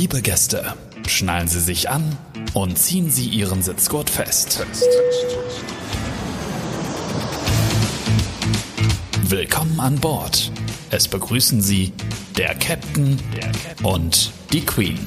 Liebe Gäste, schnallen Sie sich an und ziehen Sie Ihren Sitzgurt fest. Willkommen an Bord. Es begrüßen Sie der Captain und die Queen.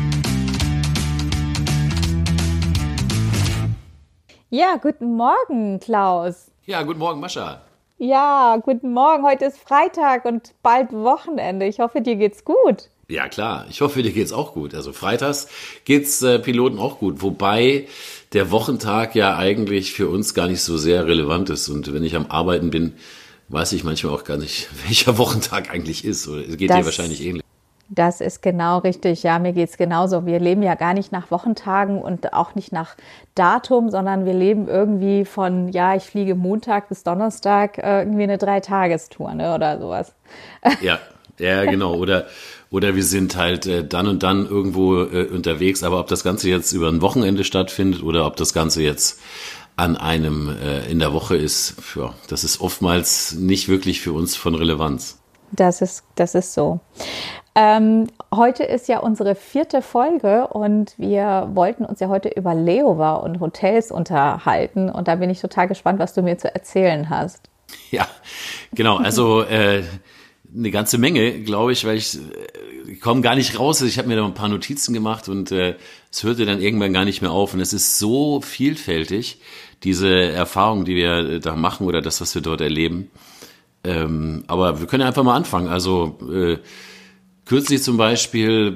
Ja, guten Morgen, Klaus. Ja, guten Morgen, Mascha. Ja, guten Morgen. Heute ist Freitag und bald Wochenende. Ich hoffe, dir geht's gut. Ja, klar. Ich hoffe, dir geht's auch gut. Also freitags geht's Piloten auch gut. Wobei der Wochentag ja eigentlich für uns gar nicht so sehr relevant ist. Und wenn ich am Arbeiten bin, weiß ich manchmal auch gar nicht, welcher Wochentag eigentlich ist. Oder es geht dir wahrscheinlich ähnlich. Das ist genau richtig. Ja, mir geht's genauso. Wir leben ja gar nicht nach Wochentagen und auch nicht nach Datum, sondern wir leben irgendwie von, ja, ich fliege Montag bis Donnerstag irgendwie eine 3-Tagestour, ne, oder sowas. Ja, genau. Oder wir sind halt dann und dann irgendwo unterwegs. Aber ob das Ganze jetzt über ein Wochenende stattfindet oder ob das Ganze jetzt an einem in der Woche ist, ja, das ist oftmals nicht wirklich für uns von Relevanz. Das ist so. Heute ist ja unsere 4. Folge und wir wollten uns ja heute über Layover und Hotels unterhalten und da bin ich total gespannt, was du mir zu erzählen hast. Ja, genau, also eine ganze Menge, glaube ich, weil ich komme gar nicht raus. Ich habe mir da ein paar Notizen gemacht und es hörte dann irgendwann gar nicht mehr auf und es ist so vielfältig, diese Erfahrung, die wir da machen oder das, was wir dort erleben. Aber wir können ja einfach mal anfangen, also kürzlich zum Beispiel,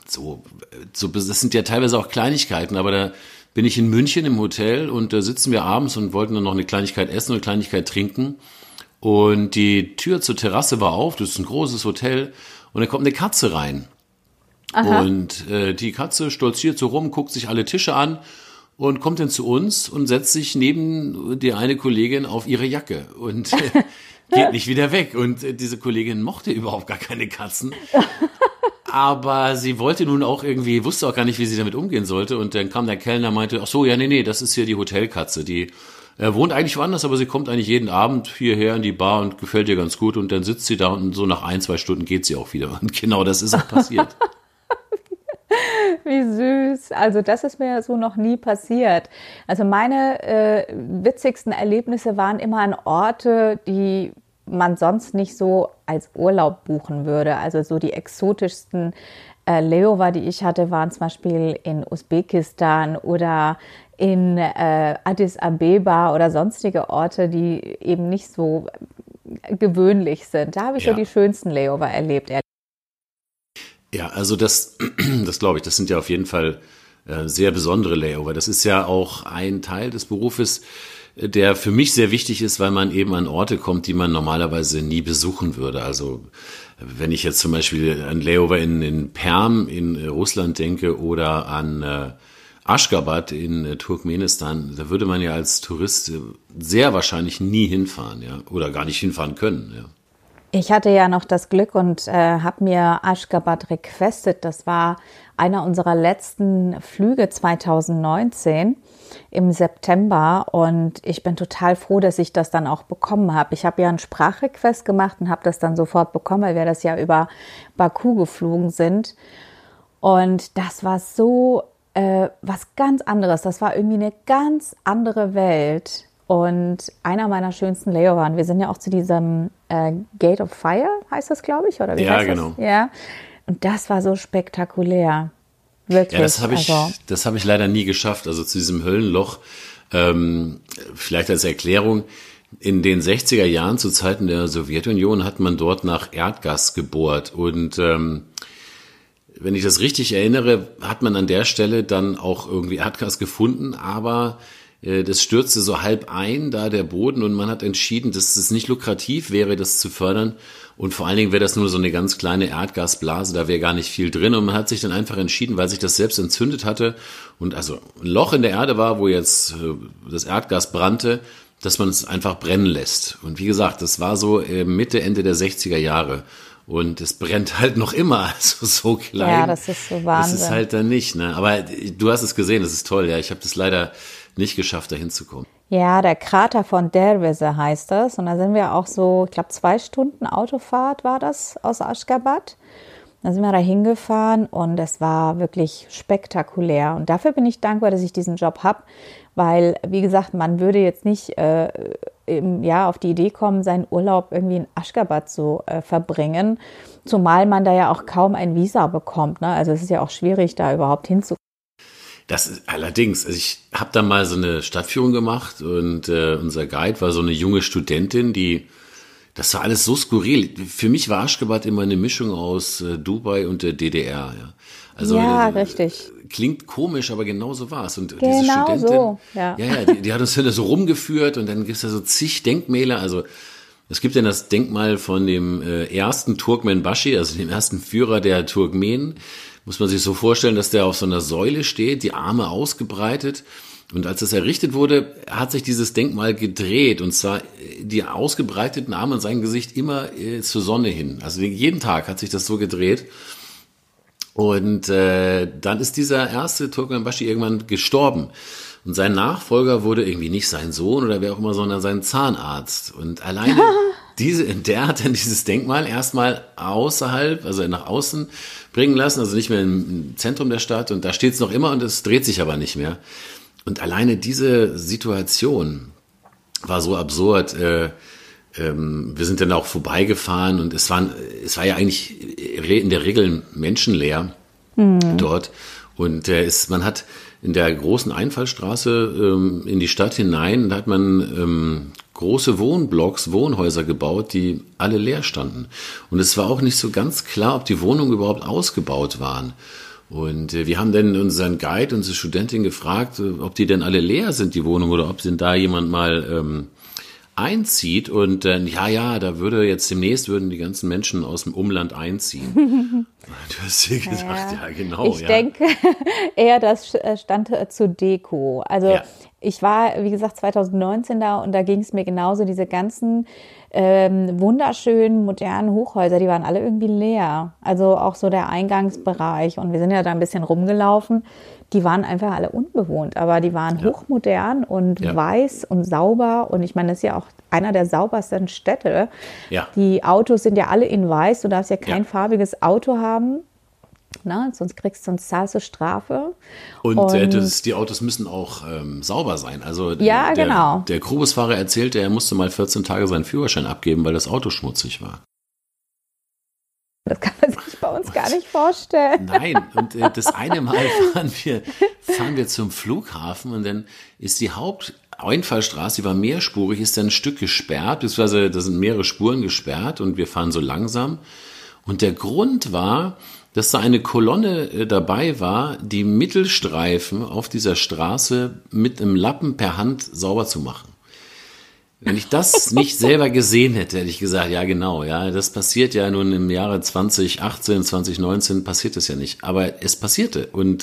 das sind ja teilweise auch Kleinigkeiten, aber da bin ich in München im Hotel und da sitzen wir abends und wollten dann noch eine Kleinigkeit essen und eine Kleinigkeit trinken. Und die Tür zur Terrasse war auf, das ist ein großes Hotel und da kommt eine Katze rein. Aha. Und die Katze stolziert so rum, guckt sich alle Tische an und kommt dann zu uns und setzt sich neben die eine Kollegin auf ihre Jacke und geht nicht wieder weg. Und diese Kollegin mochte überhaupt gar keine Katzen. Aber sie wollte nun auch irgendwie, wusste auch gar nicht, wie sie damit umgehen sollte. Und dann kam der Kellner und meinte, ach so, ja, nee, das ist hier die Hotelkatze. Die wohnt eigentlich woanders, aber sie kommt eigentlich jeden Abend hierher in die Bar und gefällt ihr ganz gut. Und dann sitzt sie da und so nach 1-2 Stunden geht sie auch wieder. Und genau das ist auch passiert. Wie süß. Also das ist mir so noch nie passiert. Also meine witzigsten Erlebnisse waren immer an Orte, die man sonst nicht so als Urlaub buchen würde. Also so die exotischsten Layover, die ich hatte, waren zum Beispiel in Usbekistan oder in Addis Abeba oder sonstige Orte, die eben nicht so gewöhnlich sind. Da habe ich so die schönsten Layover erlebt. Ja, also das glaube ich, das sind ja auf jeden Fall sehr besondere Layover. Das ist ja auch ein Teil des Berufes, der für mich sehr wichtig ist, weil man eben an Orte kommt, die man normalerweise nie besuchen würde. Also wenn ich jetzt zum Beispiel an Layover in Perm in Russland denke oder an Aşgabat in Turkmenistan, da würde man ja als Tourist sehr wahrscheinlich nie hinfahren, ja, oder gar nicht hinfahren können, ja. Ich hatte ja noch das Glück und habe mir Aşgabat requestet. Das war einer unserer letzten Flüge 2019 im September und ich bin total froh, dass ich das dann auch bekommen habe. Ich habe ja einen Sprachrequest gemacht und habe das dann sofort bekommen, weil wir das ja über Baku geflogen sind. Und das war so was ganz anderes. Das war irgendwie eine ganz andere Welt. Und einer meiner schönsten Layover, und wir sind ja auch zu diesem Gate of Fire, heißt das, glaube ich, oder wie heißt das? Genau. Ja, und das war so spektakulär, wirklich. Ja, das habe ich leider nie geschafft, also zu diesem Höllenloch, vielleicht als Erklärung, in den 60er Jahren zu Zeiten der Sowjetunion hat man dort nach Erdgas gebohrt und wenn ich das richtig erinnere, hat man an der Stelle dann auch irgendwie Erdgas gefunden, aber das stürzte so halb ein, da der Boden, und man hat entschieden, dass es nicht lukrativ wäre, das zu fördern. Und vor allen Dingen wäre das nur so eine ganz kleine Erdgasblase, da wäre gar nicht viel drin. Und man hat sich dann einfach entschieden, weil sich das selbst entzündet hatte und also ein Loch in der Erde war, wo jetzt das Erdgas brannte, dass man es einfach brennen lässt. Und wie gesagt, das war so Mitte, Ende der 60er Jahre. Und es brennt halt noch immer, also so klein. Ja, das ist so Wahnsinn. Das ist halt dann nicht, ne? Aber du hast es gesehen, das ist toll, ja. Ich habe das leider nicht geschafft, da hinzukommen. Ja, der Krater von Derveze heißt das. Und da sind wir auch so, ich glaube 2 Stunden Autofahrt war das aus Aşgabat. Dann sind wir da hingefahren und es war wirklich spektakulär. Und dafür bin ich dankbar, dass ich diesen Job habe, weil, wie gesagt, man würde jetzt nicht auf die Idee kommen, seinen Urlaub irgendwie in Aşgabat zu verbringen, zumal man da ja auch kaum ein Visa bekommt. Ne? Also es ist ja auch schwierig, da überhaupt hinzukommen. Das ist allerdings, also ich habe da mal so eine Stadtführung gemacht und unser Guide war so eine junge Studentin, das war alles so skurril. Für mich war Aşgabat immer eine Mischung aus Dubai und der DDR. Ja, also, ja, richtig. Klingt komisch, aber genau so war es. Und genau diese Studentin, so, ja. Die hat uns dann so rumgeführt und dann gibt es da so zig Denkmäler. Also es gibt dann das Denkmal von dem ersten Turkmenbashi, also dem ersten Führer der Turkmenen. Muss man sich so vorstellen, dass der auf so einer Säule steht, die Arme ausgebreitet. Und als das errichtet wurde, hat sich dieses Denkmal gedreht. Und zwar die ausgebreiteten Arme und sein Gesicht immer zur Sonne hin. Also jeden Tag hat sich das so gedreht. Und dann ist dieser erste Turkmenbashi irgendwann gestorben. Und sein Nachfolger wurde irgendwie nicht sein Sohn oder wer auch immer, sondern sein Zahnarzt. Und alleine der hat dann dieses Denkmal erstmal außerhalb, also nach außen bringen lassen, also nicht mehr im Zentrum der Stadt. Und da steht es noch immer und es dreht sich aber nicht mehr. Und alleine diese Situation war so absurd. Wir sind dann auch vorbeigefahren und es war ja eigentlich in der Regel menschenleer dort. Und man hat in der großen Einfallstraße in die Stadt hinein, da hat man große Wohnhäuser gebaut, die alle leer standen. Und es war auch nicht so ganz klar, ob die Wohnungen überhaupt ausgebaut waren. Und wir haben dann unseren Guide, unsere Studentin gefragt, ob die denn alle leer sind, die Wohnung, oder ob denn da jemand mal einzieht. Und dann, da demnächst würden die ganzen Menschen aus dem Umland einziehen. Du hast dir gesagt, ja genau. Ich denke eher, das stand zur Deko. Also ich war, wie gesagt, 2019 da und da ging es mir genauso, diese ganzen wunderschönen, modernen Hochhäuser, die waren alle irgendwie leer. Also auch so der Eingangsbereich. Und wir sind ja da ein bisschen rumgelaufen. Die waren einfach alle unbewohnt, aber die waren hochmodern und weiß und sauber. Und ich meine, das ist ja auch einer der saubersten Städte. Ja. Die Autos sind ja alle in weiß. Du darfst ja kein farbiges Auto haben. Na, sonst zahlst du Strafe. Und die Autos müssen auch sauber sein. Also genau. Der Krubusfahrer erzählte, er musste mal 14 Tage seinen Führerschein abgeben, weil das Auto schmutzig war. Das kann man sich bei uns gar nicht vorstellen. Nein, und das eine Mal fahren wir zum Flughafen und dann ist die Haupteinfallstraße, die war mehrspurig, ist dann ein Stück gesperrt, beziehungsweise da sind mehrere Spuren gesperrt und wir fahren so langsam. Und der Grund war, dass da eine Kolonne dabei war, die Mittelstreifen auf dieser Straße mit einem Lappen per Hand sauber zu machen. Wenn ich das nicht selber gesehen hätte, hätte ich gesagt, ja genau, ja, das passiert ja nun im Jahre 2018, 2019 passiert das ja nicht. Aber es passierte und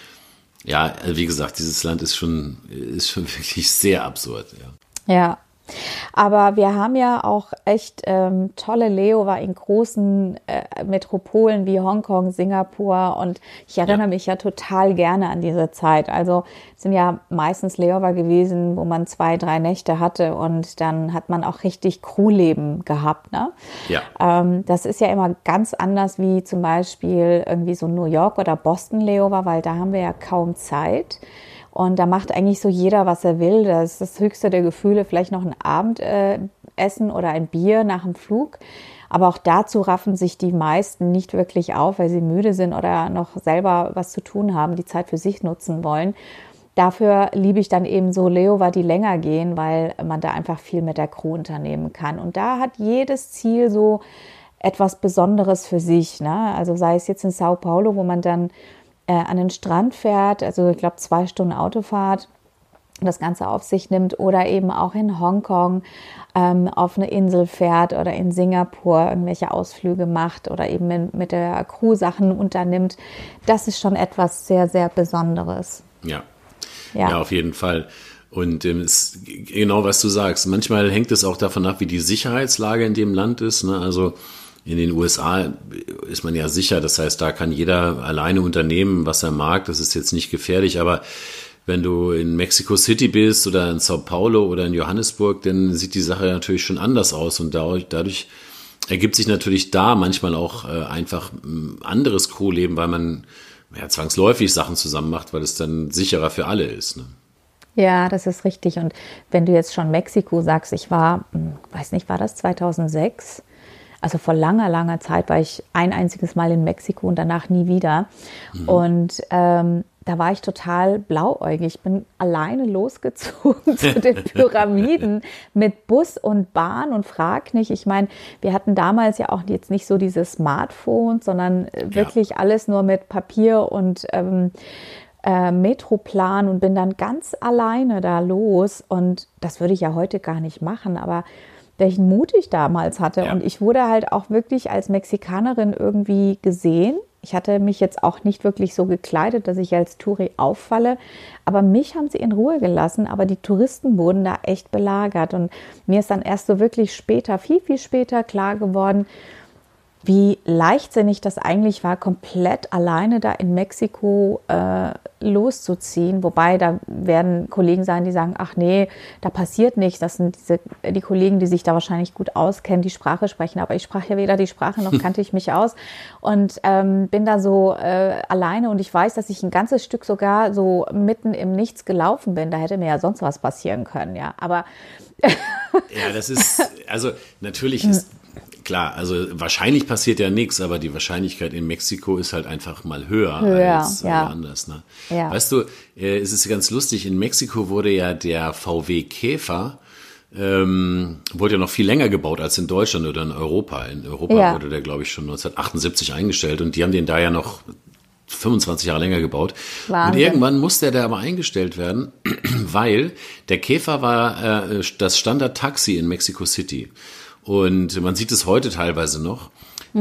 wie gesagt, dieses Land ist schon wirklich sehr absurd. Ja. Aber wir haben ja auch echt tolle Layover in großen Metropolen wie Hongkong, Singapur und ich erinnere mich ja total gerne an diese Zeit. Also es sind ja meistens Layover gewesen, wo man 2-3 Nächte hatte und dann hat man auch richtig Crewleben gehabt. Ne? Ja. Das ist ja immer ganz anders wie zum Beispiel irgendwie so New York oder Boston Layover, weil da haben wir ja kaum Zeit. Und da macht eigentlich so jeder, was er will. Das ist das höchste der Gefühle, vielleicht noch ein Abendessen oder ein Bier nach dem Flug. Aber auch dazu raffen sich die meisten nicht wirklich auf, weil sie müde sind oder noch selber was zu tun haben, die Zeit für sich nutzen wollen. Dafür liebe ich dann eben so Layover, die länger gehen, weil man da einfach viel mit der Crew unternehmen kann. Und da hat jedes Ziel so etwas Besonderes für sich. Ne? Also sei es jetzt in Sao Paulo, wo man dann an den Strand fährt, also ich glaube 2 Stunden Autofahrt, das Ganze auf sich nimmt oder eben auch in Hongkong auf eine Insel fährt oder in Singapur irgendwelche Ausflüge macht oder eben mit der Crew Sachen unternimmt. Das ist schon etwas sehr, sehr Besonderes. Ja, auf jeden Fall. Und ist genau, was du sagst. Manchmal hängt es auch davon ab, wie die Sicherheitslage in dem Land ist. Ne? Also in den USA ist man ja sicher, das heißt, da kann jeder alleine unternehmen, was er mag, das ist jetzt nicht gefährlich, aber wenn du in Mexico City bist oder in Sao Paulo oder in Johannesburg, dann sieht die Sache natürlich schon anders aus und dadurch ergibt sich natürlich da manchmal auch einfach ein anderes Co-Leben, weil man zwangsläufig Sachen zusammen macht, weil es dann sicherer für alle ist. Ne? Ja, das ist richtig. Und wenn du jetzt schon Mexiko sagst, ich war, weiß nicht, war das 2006? Also vor langer, langer Zeit war ich ein einziges Mal in Mexiko und danach nie wieder. Und da war ich total blauäugig. Ich bin alleine losgezogen zu den Pyramiden mit Bus und Bahn und frag nicht. Ich meine, wir hatten damals ja auch jetzt nicht so diese Smartphones, sondern wirklich alles nur mit Papier und Metroplan und bin dann ganz alleine da los. Und das würde ich ja heute gar nicht machen, aber welchen Mut ich damals hatte. Ja. Und ich wurde halt auch wirklich als Mexikanerin irgendwie gesehen. Ich hatte mich jetzt auch nicht wirklich so gekleidet, dass ich als Touri auffalle, aber mich haben sie in Ruhe gelassen, aber die Touristen wurden da echt belagert und mir ist dann erst so wirklich später, viel, viel später klar geworden, wie leichtsinnig das eigentlich war, komplett alleine da in Mexiko loszuziehen. Wobei, da werden Kollegen sein, die sagen, ach nee, da passiert nichts. Das sind die Kollegen, die sich da wahrscheinlich gut auskennen, die Sprache sprechen. Aber ich sprach ja weder die Sprache, noch kannte ich mich aus. Und bin da so alleine. Und ich weiß, dass ich ein ganzes Stück sogar so mitten im Nichts gelaufen bin. Da hätte mir ja sonst was passieren können. Ja, aber ja, das ist, also natürlich ist klar, also wahrscheinlich passiert ja nichts, aber die Wahrscheinlichkeit in Mexiko ist halt einfach mal höher als anders. Ne? Ja. Weißt du, es ist ganz lustig, in Mexiko wurde ja der VW Käfer, wurde ja noch viel länger gebaut als in Deutschland oder in Europa. In Europa wurde der, glaube ich, schon 1978 eingestellt und die haben den da ja noch 25 Jahre länger gebaut. Wahnsinn. Und irgendwann musste der da aber eingestellt werden, weil der Käfer war das Standard-Taxi in Mexico City. Und man sieht es heute teilweise noch.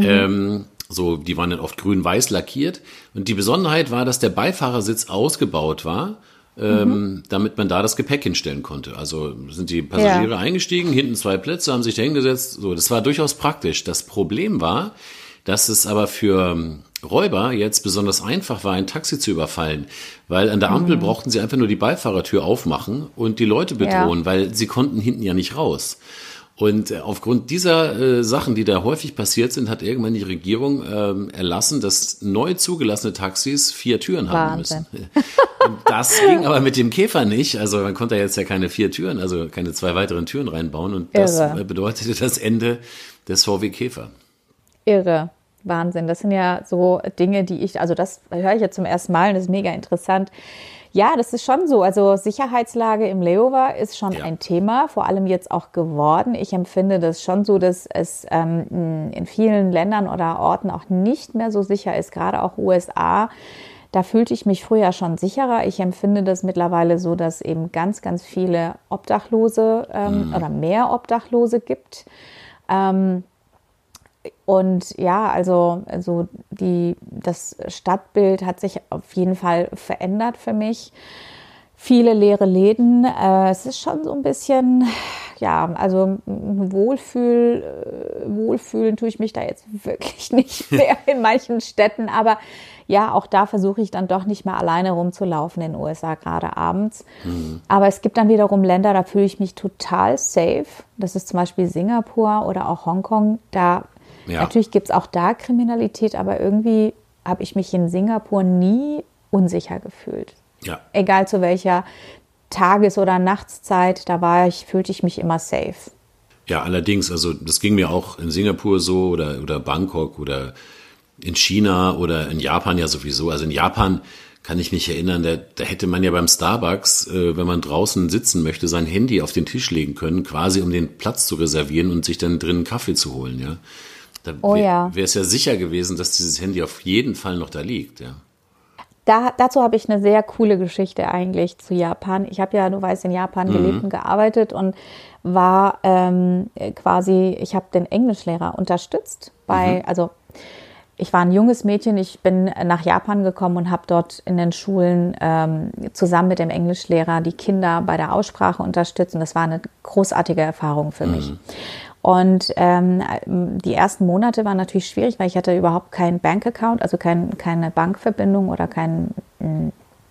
So, die waren dann oft grün-weiß lackiert. Und die Besonderheit war, dass der Beifahrersitz ausgebaut war, damit man da das Gepäck hinstellen konnte. Also sind die Passagiere eingestiegen, hinten 2 Plätze, haben sich da hingesetzt. So, das war durchaus praktisch. Das Problem war, dass es aber für Räuber jetzt besonders einfach war, ein Taxi zu überfallen, weil an der Ampel brauchten sie einfach nur die Beifahrertür aufmachen und die Leute bedrohen, weil sie konnten hinten ja nicht raus. Und aufgrund dieser Sachen, die da häufig passiert sind, hat irgendwann die Regierung erlassen, dass neu zugelassene Taxis 4 Türen haben müssen. Und das ging aber mit dem Käfer nicht. Also man konnte jetzt ja keine 4 Türen, also keine 2 weiteren Türen reinbauen. Und das bedeutete das Ende des VW Käfer. Irre. Wahnsinn. Das sind ja so Dinge, also das höre ich ja zum ersten Mal und das ist mega interessant. Ja, das ist schon so. Also Sicherheitslage im Leowa ist schon ein Thema, vor allem jetzt auch geworden. Ich empfinde das schon so, dass es in vielen Ländern oder Orten auch nicht mehr so sicher ist, gerade auch USA. Da fühlte ich mich früher schon sicherer. Ich empfinde das mittlerweile so, dass eben ganz, ganz viele Obdachlose oder mehr Obdachlose gibt. Und ja, also das Stadtbild hat sich auf jeden Fall verändert für mich. Viele leere Läden. Es ist schon so ein bisschen, also wohlfühlen tue ich mich da jetzt wirklich nicht mehr in manchen Städten. Aber ja, auch da versuche ich dann doch nicht mehr alleine rumzulaufen in den USA, gerade abends. Aber es gibt dann wiederum Länder, da fühle ich mich total safe. Das ist zum Beispiel Singapur oder auch Hongkong. Natürlich gibt es auch da Kriminalität, aber irgendwie habe ich mich in Singapur nie unsicher gefühlt. Ja. Egal zu welcher Tages- oder Nachtszeit, fühlte ich mich immer safe. Ja, allerdings, also das ging mir auch in Singapur so oder Bangkok oder in China oder in Japan ja sowieso. Also in Japan kann ich mich erinnern, da hätte man ja beim Starbucks, wenn man draußen sitzen möchte, sein Handy auf den Tisch legen können, quasi um den Platz zu reservieren und sich dann drinnen Kaffee zu holen, ja. Da wäre es ja sicher gewesen, dass dieses Handy auf jeden Fall noch da liegt, ja. Dazu habe ich eine sehr coole Geschichte eigentlich zu Japan. Ich habe ja, du weißt, in Japan gelebt und gearbeitet und war ich habe den Englischlehrer unterstützt also ich war ein junges Mädchen, ich bin nach Japan gekommen und habe dort in den Schulen zusammen mit dem Englischlehrer die Kinder bei der Aussprache unterstützt und das war eine großartige Erfahrung für mich. Und die ersten Monate waren natürlich schwierig, weil ich hatte überhaupt keinen Bankaccount, also keine Bankverbindung oder keinen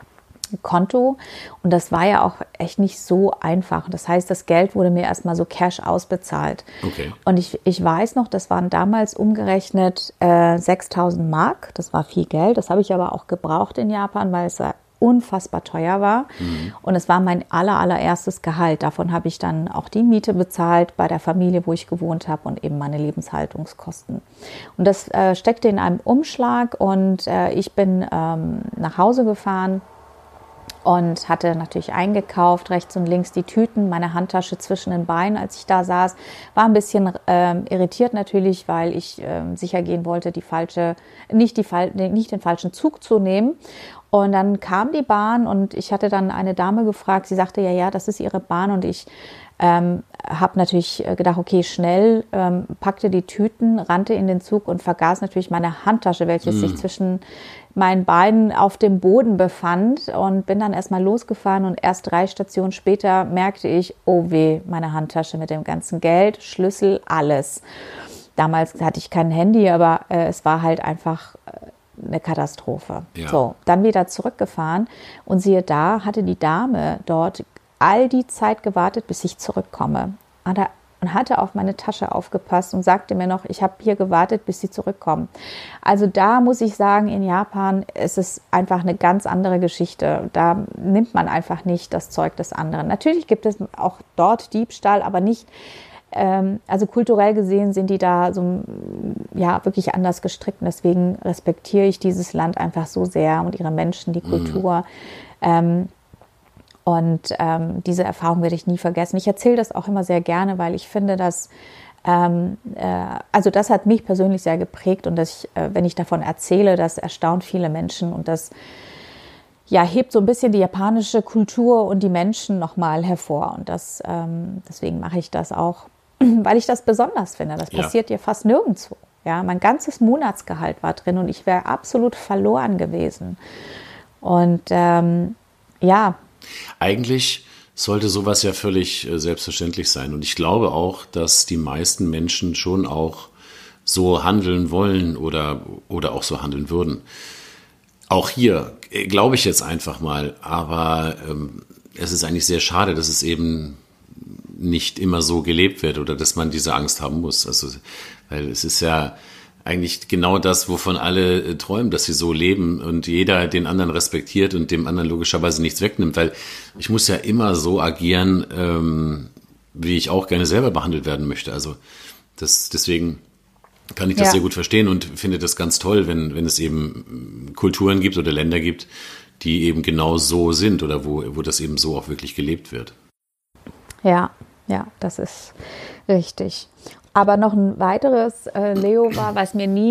Konto. Und das war ja auch echt nicht so einfach. Das heißt, das Geld wurde mir erstmal so Cash ausbezahlt. Okay. Und ich weiß noch, das waren damals umgerechnet 6.000 Mark. Das war viel Geld. Das habe ich aber auch gebraucht in Japan, weil es unfassbar teuer war. Und es war mein allererstes Gehalt. Davon habe ich dann auch die Miete bezahlt bei der Familie, wo ich gewohnt habe und eben meine Lebenshaltungskosten. Und das steckte in einem Umschlag und ich bin nach Hause gefahren und hatte natürlich eingekauft, rechts und links die Tüten, meine Handtasche zwischen den Beinen, als ich da saß. War ein bisschen irritiert natürlich, weil ich sicher gehen wollte, nicht den falschen Zug zu nehmen. Und dann kam die Bahn und ich hatte dann eine Dame gefragt, sie sagte, ja, das ist ihre Bahn. Und ich habe natürlich gedacht, okay, schnell, packte die Tüten, rannte in den Zug und vergaß natürlich meine Handtasche, welches sich zwischen meinen Beinen auf dem Boden befand, und bin dann erstmal losgefahren und erst 3 Stationen später merkte ich, oh weh, meine Handtasche mit dem ganzen Geld, Schlüssel, alles. Damals hatte ich kein Handy, aber es war halt einfach eine Katastrophe. Ja. So, dann wieder zurückgefahren und siehe da, hatte die Dame dort all die Zeit gewartet, bis ich zurückkomme. Und hatte auf meine Tasche aufgepasst und sagte mir noch, ich habe hier gewartet, bis Sie zurückkommen. Also da muss ich sagen, in Japan ist es einfach eine ganz andere Geschichte. Da nimmt man einfach nicht das Zeug des anderen. Natürlich gibt es auch dort Diebstahl, aber nicht, also kulturell gesehen sind die da so, ja, wirklich anders gestrickt. Und deswegen respektiere ich dieses Land einfach so sehr und ihre Menschen, die Kultur. Und diese Erfahrung werde ich nie vergessen. Ich erzähle das auch immer sehr gerne, weil ich finde, dass, also das hat mich persönlich sehr geprägt und dass wenn ich davon erzähle, das erstaunt viele Menschen und das ja, hebt so ein bisschen die japanische Kultur und die Menschen nochmal hervor. Und das, deswegen mache ich das auch, weil ich das besonders finde. Das passiert ja fast nirgendwo. Ja, mein ganzes Monatsgehalt war drin und ich wäre absolut verloren gewesen. Und ja, eigentlich sollte sowas ja völlig selbstverständlich sein. Und ich glaube auch, dass die meisten Menschen schon auch so handeln wollen oder auch so handeln würden. Auch hier glaube ich jetzt einfach mal, aber es ist eigentlich sehr schade, dass es eben nicht immer so gelebt wird oder dass man diese Angst haben muss. Also, weil es ist ja eigentlich genau das, wovon alle träumen, dass sie so leben und jeder den anderen respektiert und dem anderen logischerweise nichts wegnimmt, weil ich muss ja immer so agieren, wie ich auch gerne selber behandelt werden möchte. Also deswegen kann ich das sehr gut verstehen und finde das ganz toll, wenn es eben Kulturen gibt oder Länder gibt, die eben genau so sind oder wo das eben so auch wirklich gelebt wird. Ja, das ist richtig. Aber noch ein weiteres Layover, was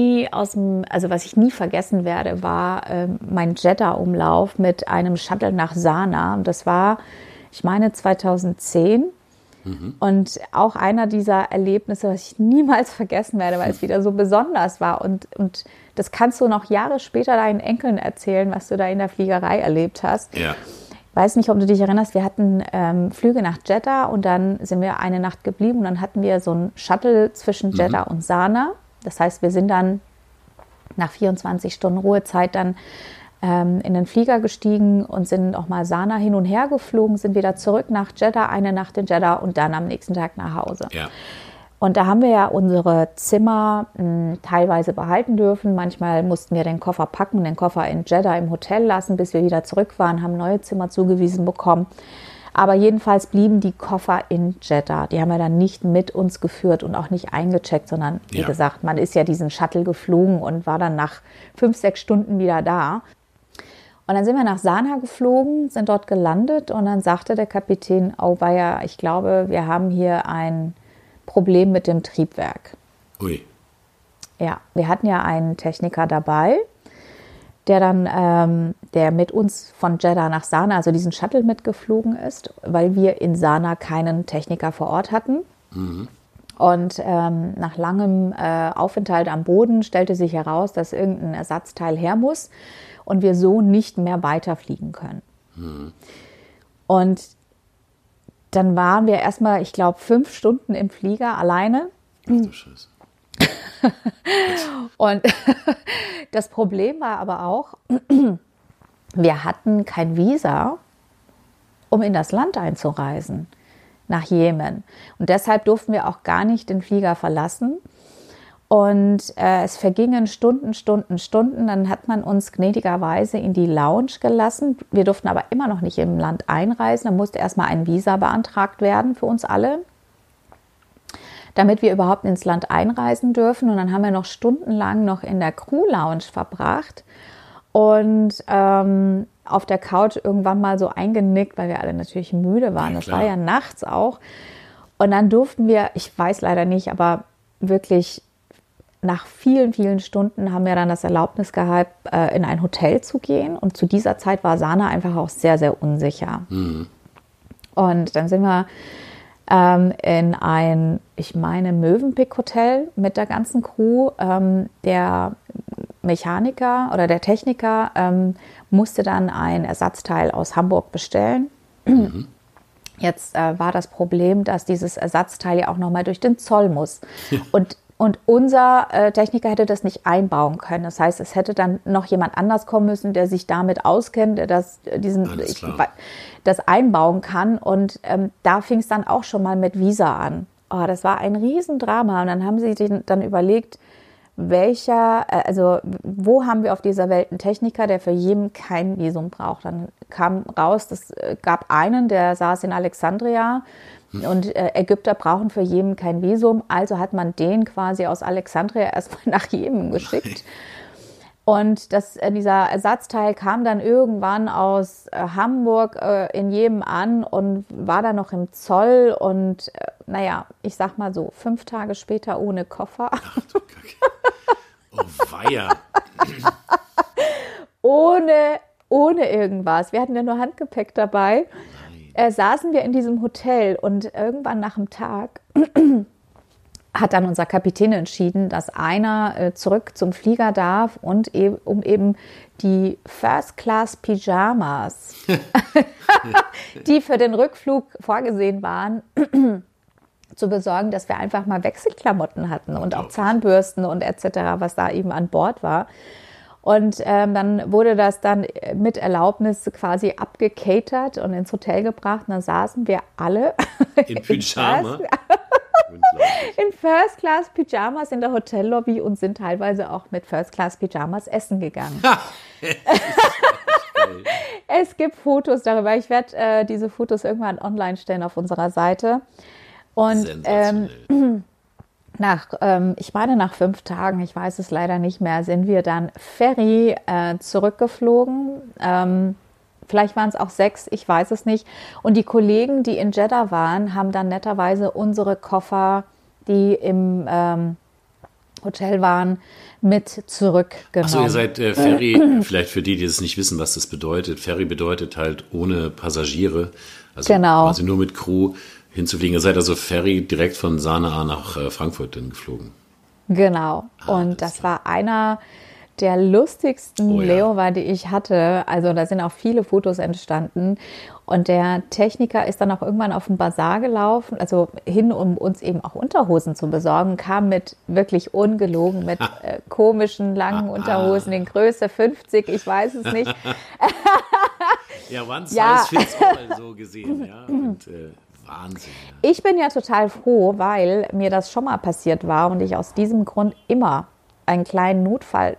ich nie vergessen werde, war mein Jeddah-Umlauf mit einem Shuttle nach Sanaa. Das war, ich meine, 2010. Und auch einer dieser Erlebnisse, was ich niemals vergessen werde, weil es wieder so besonders war. Und das kannst du noch Jahre später deinen Enkeln erzählen, was du da in der Fliegerei erlebt hast. Ja. Ich weiß nicht, ob du dich erinnerst, wir hatten Flüge nach Jeddah und dann sind wir eine Nacht geblieben und dann hatten wir so einen Shuttle zwischen Jeddah und Sanaa. Das heißt, wir sind dann nach 24 Stunden Ruhezeit dann in den Flieger gestiegen und sind auch mal Sanaa hin und her geflogen, sind wieder zurück nach Jeddah, eine Nacht in Jeddah und dann am nächsten Tag nach Hause. Ja. Und da haben wir ja unsere Zimmer teilweise behalten dürfen. Manchmal mussten wir den Koffer packen, den Koffer in Jeddah im Hotel lassen, bis wir wieder zurück waren, haben neue Zimmer zugewiesen bekommen. Aber jedenfalls blieben die Koffer in Jeddah. Die haben wir dann nicht mit uns geführt und auch nicht eingecheckt, sondern wie gesagt, man ist ja diesen Shuttle geflogen und war dann nach 5-6 Stunden wieder da. Und dann sind wir nach Sanaa geflogen, sind dort gelandet und dann sagte der Kapitän, oh weia, ich glaube, wir haben hier ein Problem mit dem Triebwerk. Ui. Ja, wir hatten ja einen Techniker dabei, der dann, der mit uns von Jeddah nach Sanaa, also diesen Shuttle mitgeflogen ist, weil wir in Sanaa keinen Techniker vor Ort hatten. Und nach langem Aufenthalt am Boden stellte sich heraus, dass irgendein Ersatzteil her muss und wir so nicht mehr weiterfliegen können. Und dann waren wir erstmal, ich glaube, 5 Stunden im Flieger alleine. Ach du Scheiße. Und das Problem war aber auch, wir hatten kein Visa, um in das Land einzureisen, nach Jemen. Und deshalb durften wir auch gar nicht den Flieger verlassen. Und es vergingen Stunden. Dann hat man uns gnädigerweise in die Lounge gelassen. Wir durften aber immer noch nicht im Land einreisen. Da musste erstmal ein Visa beantragt werden für uns alle, damit wir überhaupt ins Land einreisen dürfen. Und dann haben wir noch stundenlang noch in der Crew-Lounge verbracht und auf der Couch irgendwann mal so eingenickt, weil wir alle natürlich müde waren. Ja, das war ja nachts auch. Und dann durften wir, ich weiß leider nicht, aber wirklich nach vielen Stunden haben wir dann das Erlaubnis gehabt, in ein Hotel zu gehen. Und zu dieser Zeit war Sanaa einfach auch sehr, sehr unsicher. Mhm. Und dann sind wir in ein, ich meine, Mövenpick-Hotel mit der ganzen Crew. Der Mechaniker oder der Techniker musste dann ein Ersatzteil aus Hamburg bestellen. Mhm. Jetzt war das Problem, dass dieses Ersatzteil ja auch nochmal durch den Zoll muss. Und unser Techniker hätte das nicht einbauen können. Das heißt, es hätte dann noch jemand anders kommen müssen, der sich damit auskennt, der das einbauen kann. Und da fing es dann auch schon mal mit Visa an. Oh, das war ein Riesendrama. Und dann haben sie sich dann überlegt, wo haben wir auf dieser Welt einen Techniker, der für jeden kein Visum braucht. Dann kam raus, es gab einen, der saß in Alexandria. Und Ägypter brauchen für Jemen kein Visum, also hat man den quasi aus Alexandria erstmal nach Jemen geschickt. Und dieser Ersatzteil kam dann irgendwann aus Hamburg in Jemen an und war dann noch im Zoll und ich sag mal so, 5 Tage später ohne Koffer. Ach du Kacke. Oh weia. ohne irgendwas. Wir hatten ja nur Handgepäck dabei. Saßen wir in diesem Hotel und irgendwann nach dem Tag hat dann unser Kapitän entschieden, dass einer zurück zum Flieger darf und um eben die First-Class-Pyjamas, die für den Rückflug vorgesehen waren, zu besorgen, dass wir einfach mal Wechselklamotten hatten und auch Zahnbürsten und etc., was da eben an Bord war. Und dann wurde das dann mit Erlaubnis quasi abgecatert und ins Hotel gebracht. Und dann saßen wir alle in Pyjama. In First-Class-Pyjamas in der Hotellobby und sind teilweise auch mit First-Class-Pyjamas essen gegangen. Es gibt Fotos darüber. Ich werde diese Fotos irgendwann online stellen auf unserer Seite. Und nach 5 Tagen, ich weiß es leider nicht mehr, sind wir dann Ferry zurückgeflogen. Vielleicht waren es auch 6, ich weiß es nicht. Und die Kollegen, die in Jeddah waren, haben dann netterweise unsere Koffer, die im Hotel waren, mit zurückgenommen. Achso, ihr seid Ferry, vielleicht für die es nicht wissen, was das bedeutet. Ferry bedeutet halt ohne Passagiere, also quasi nur mit Crew hinzufliegen. Ihr seid also Ferry direkt von Sanaa nach Frankfurt dann geflogen. Genau. Und das war einer der lustigsten Layover, die ich hatte. Also da sind auch viele Fotos entstanden. Und der Techniker ist dann auch irgendwann auf den Bazar gelaufen, also hin, um uns eben auch Unterhosen zu besorgen, kam mit wirklich ungelogen, mit komischen, langen Unterhosen in Größe 50, ich weiß es nicht. Ja, one size fits all so gesehen, ja. Und Wahnsinn. Ja. Ich bin ja total froh, weil mir das schon mal passiert war und ich aus diesem Grund immer einen kleinen Notfall,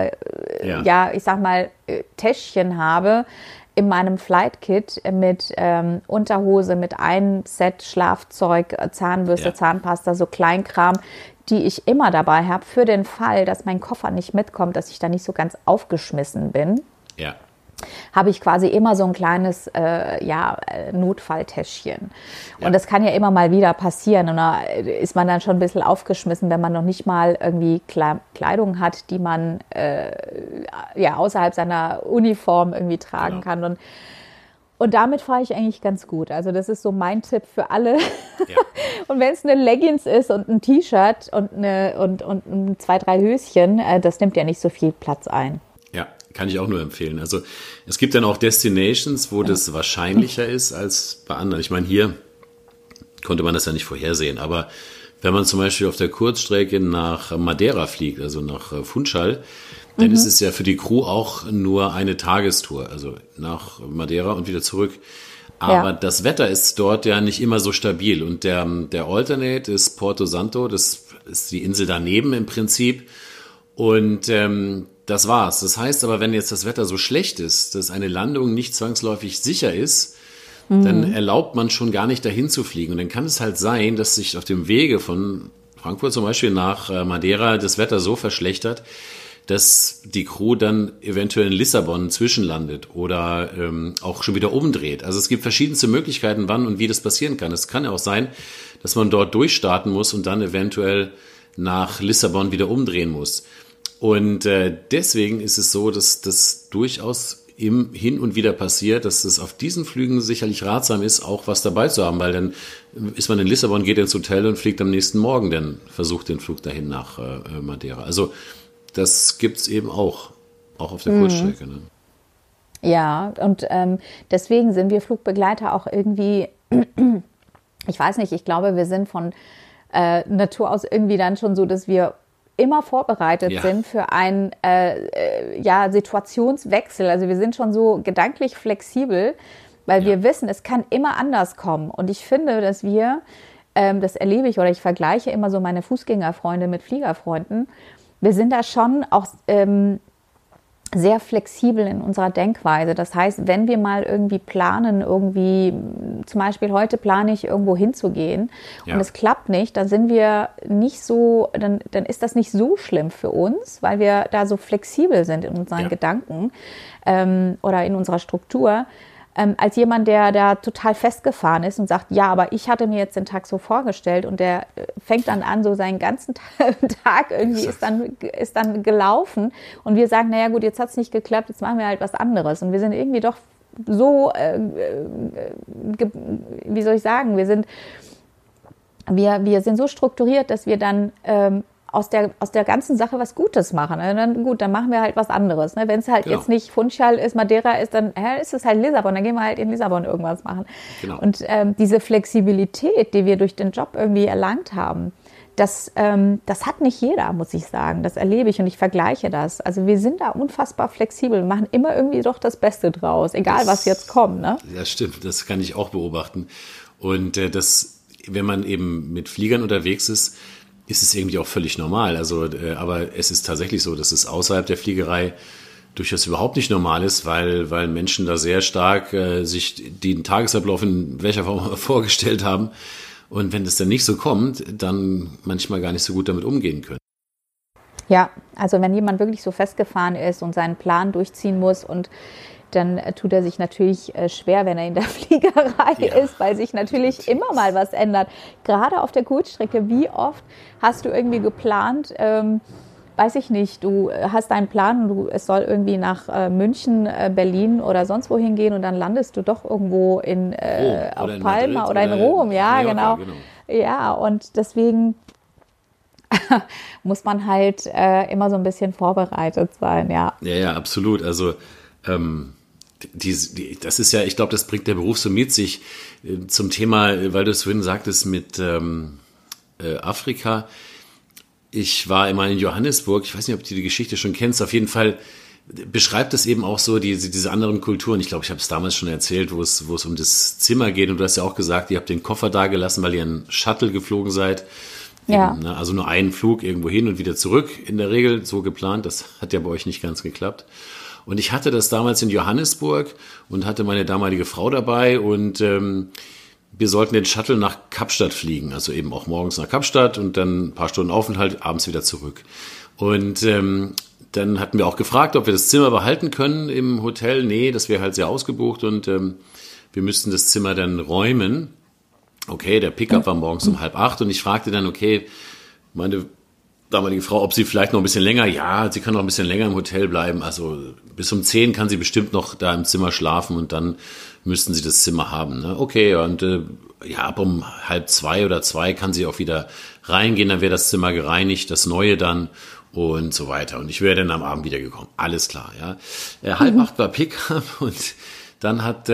Täschchen habe in meinem Flight-Kit mit Unterhose, mit einem Set Schlafzeug, Zahnbürste, Zahnpasta, so Kleinkram, die ich immer dabei habe, für den Fall, dass mein Koffer nicht mitkommt, dass ich da nicht so ganz aufgeschmissen bin. Ja. Habe ich quasi immer so ein kleines Notfalltäschchen. Und das kann ja immer mal wieder passieren. Und da ist man dann schon ein bisschen aufgeschmissen, wenn man noch nicht mal irgendwie Kleidung hat, die man außerhalb seiner Uniform irgendwie tragen kann. Und damit fahre ich eigentlich ganz gut. Also das ist so mein Tipp für alle. Ja. Und wenn es eine Leggings ist und ein T-Shirt und 2, 3 Höschen, das nimmt ja nicht so viel Platz ein. Ja. Kann ich auch nur empfehlen. Also es gibt dann auch Destinations, wo das wahrscheinlicher ist als bei anderen. Ich meine, hier konnte man das ja nicht vorhersehen, aber wenn man zum Beispiel auf der Kurzstrecke nach Madeira fliegt, also nach Funchal, dann ist es ja für die Crew auch nur eine Tagestour, also nach Madeira und wieder zurück. Aber das Wetter ist dort ja nicht immer so stabil. Und der Alternate ist Porto Santo, das ist die Insel daneben im Prinzip. Und das war's. Das heißt aber, wenn jetzt das Wetter so schlecht ist, dass eine Landung nicht zwangsläufig sicher ist, dann erlaubt man schon gar nicht dahin zu fliegen. Und dann kann es halt sein, dass sich auf dem Wege von Frankfurt zum Beispiel nach Madeira das Wetter so verschlechtert, dass die Crew dann eventuell in Lissabon zwischenlandet oder auch schon wieder umdreht. Also es gibt verschiedenste Möglichkeiten, wann und wie das passieren kann. Es kann ja auch sein, dass man dort durchstarten muss und dann eventuell nach Lissabon wieder umdrehen muss. Und deswegen ist es so, dass das durchaus im Hin und wieder passiert, dass es auf diesen Flügen sicherlich ratsam ist, auch was dabei zu haben, weil dann ist man in Lissabon, geht ins Hotel und fliegt am nächsten Morgen, dann versucht den Flug dahin nach Madeira. Also das gibt's eben auch auf der Kurzstrecke. Ne? Ja, und deswegen sind wir Flugbegleiter auch irgendwie, ich weiß nicht, ich glaube, wir sind von Natur aus irgendwie dann schon so, dass wir immer vorbereitet sind für einen Situationswechsel. Also wir sind schon so gedanklich flexibel, weil wir wissen, es kann immer anders kommen. Und ich finde, dass wir, das erlebe ich oder ich vergleiche immer so meine Fußgängerfreunde mit Fliegerfreunden, wir sind da schon auch sehr flexibel in unserer Denkweise. Das heißt, wenn wir mal irgendwie planen, zum Beispiel heute plane ich irgendwo hinzugehen und es klappt nicht, dann sind wir nicht so, dann ist das nicht so schlimm für uns, weil wir da so flexibel sind in unseren Gedanken oder in unserer Struktur, als jemand, der da total festgefahren ist und sagt, ja, aber ich hatte mir jetzt den Tag so vorgestellt und der fängt dann an, so seinen ganzen Tag irgendwie ist dann gelaufen und wir sagen, naja gut, jetzt hat es nicht geklappt, jetzt machen wir halt was anderes und wir sind irgendwie doch so, wie soll ich sagen, wir sind so strukturiert, dass wir dann aus der ganzen Sache was Gutes machen. Dann machen wir halt was anderes. Ne? Wenn es halt jetzt nicht Funchal ist, Madeira ist, dann ist es halt Lissabon. Dann gehen wir halt in Lissabon irgendwas machen. Genau. Und diese Flexibilität, die wir durch den Job irgendwie erlangt haben, das hat nicht jeder, muss ich sagen. Das erlebe ich und ich vergleiche das. Also wir sind da unfassbar flexibel. Wir machen immer irgendwie doch das Beste draus, egal was jetzt kommt. Ne? Ja, stimmt. Das kann ich auch beobachten. Und wenn man eben mit Fliegern unterwegs ist es irgendwie auch völlig normal. Also, aber es ist tatsächlich so, dass es außerhalb der Fliegerei durchaus überhaupt nicht normal ist, weil Menschen da sehr stark sich den Tagesablauf in welcher Form vorgestellt haben. Und wenn das dann nicht so kommt, dann manchmal gar nicht so gut damit umgehen können. Ja, also wenn jemand wirklich so festgefahren ist und seinen Plan durchziehen muss und dann tut er sich natürlich schwer, wenn er in der Fliegerei ist, weil sich natürlich immer mal was ändert. Gerade auf der Kurzstrecke, wie oft hast du irgendwie geplant, weiß ich nicht, du hast einen Plan und es soll irgendwie nach München, Berlin oder sonst wohin gehen und dann landest du doch irgendwo auf Palma oder in Rom. Ja, genau. Ja, und deswegen muss man halt immer so ein bisschen vorbereitet sein, ja. Ja, absolut. Also das ist ja, ich glaube, das bringt der Beruf so mit sich zum Thema, weil du es vorhin sagtest mit Afrika. Ich war einmal in Johannesburg, ich weiß nicht, ob du die Geschichte schon kennst, auf jeden Fall beschreibt es eben auch so diese anderen Kulturen. Ich glaube, ich habe es damals schon erzählt, wo es um das Zimmer geht und du hast ja auch gesagt, ihr habt den Koffer da gelassen, weil ihr einen Shuttle geflogen seid. Ja. Eben, ne? Also nur einen Flug irgendwo hin und wieder zurück, in der Regel so geplant. Das hat ja bei euch nicht ganz geklappt. Und ich hatte das damals in Johannesburg und hatte meine damalige Frau dabei und wir sollten den Shuttle nach Kapstadt fliegen, also eben auch morgens nach Kapstadt und dann ein paar Stunden Aufenthalt, abends wieder zurück. Und dann hatten wir auch gefragt, ob wir das Zimmer behalten können im Hotel. Nee, das wäre halt sehr ausgebucht und wir müssten das Zimmer dann räumen. Okay, der Pickup war morgens um 7:30 und ich fragte dann, okay, meine damalige Frau, ob sie vielleicht noch ein bisschen länger, ja, sie kann noch ein bisschen länger im Hotel bleiben, also bis um 10 kann sie bestimmt noch da im Zimmer schlafen und dann müssten sie das Zimmer haben. Ne? Okay, und ab um 1:30 oder 2 kann sie auch wieder reingehen, dann wäre das Zimmer gereinigt, das Neue dann und so weiter. Und ich wäre dann am Abend wiedergekommen. Alles klar, ja. 7:30 war Pickup und dann hat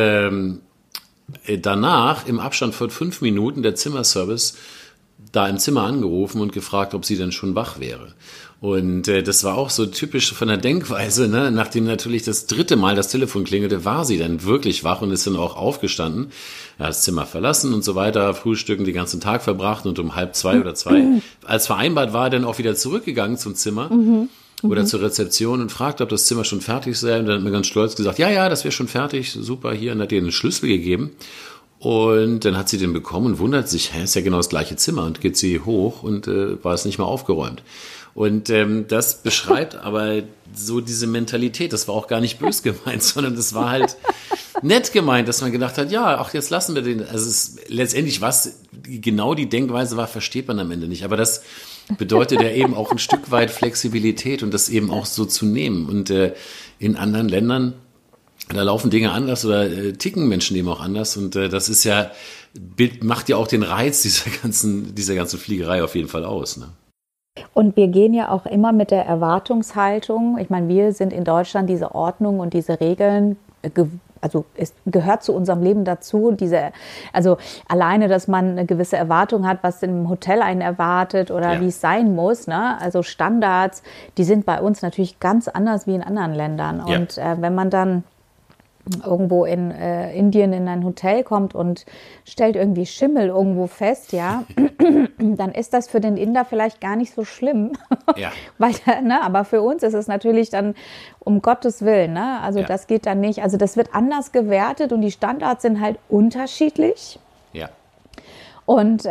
danach im Abstand von 5 Minuten der Zimmerservice da im Zimmer angerufen und gefragt, ob sie denn schon wach wäre. Und das war auch so typisch von der Denkweise, ne? Nachdem natürlich das 3. Mal das Telefon klingelte, war sie dann wirklich wach und ist dann auch aufgestanden. Er hat das Zimmer verlassen und so weiter, frühstücken den ganzen Tag verbracht und um 1:30 oder 2, als vereinbart war, dann auch wieder zurückgegangen zum Zimmer oder zur Rezeption und fragte, ob das Zimmer schon fertig sei. Und dann hat mir ganz stolz gesagt, ja, das wäre schon fertig, super, hier, und hat ihr einen Schlüssel gegeben. Und dann hat sie den bekommen und wundert sich, ist ja genau das gleiche Zimmer, und geht sie hoch und war es nicht mehr aufgeräumt. Und das beschreibt aber so diese Mentalität. Das war auch gar nicht bös gemeint, sondern das war halt nett gemeint, dass man gedacht hat, ja, ach, jetzt lassen wir den. Also letztendlich, was genau die Denkweise war, versteht man am Ende nicht. Aber das bedeutet ja eben auch ein Stück weit Flexibilität und das eben auch so zu nehmen. Und in anderen Ländern, da laufen Dinge anders oder ticken Menschen eben auch anders. Und das ist ja, macht ja auch den Reiz dieser ganzen Fliegerei auf jeden Fall aus, ne? Und wir gehen ja auch immer mit der Erwartungshaltung. Ich meine, wir sind in Deutschland, diese Ordnung und diese Regeln, also es gehört zu unserem Leben dazu. Also alleine, dass man eine gewisse Erwartung hat, was im Hotel einen erwartet oder wie es sein muss, ne? Also Standards, die sind bei uns natürlich ganz anders wie in anderen Ländern. Ja. Und wenn man dann irgendwo in Indien in ein Hotel kommt und stellt irgendwie Schimmel irgendwo fest, ja, dann ist das für den Inder vielleicht gar nicht so schlimm. Ja. Weil, ne, aber für uns ist es natürlich dann um Gottes Willen, ne? Also das geht dann nicht. Also das wird anders gewertet und die Standards sind halt unterschiedlich. Ja. Und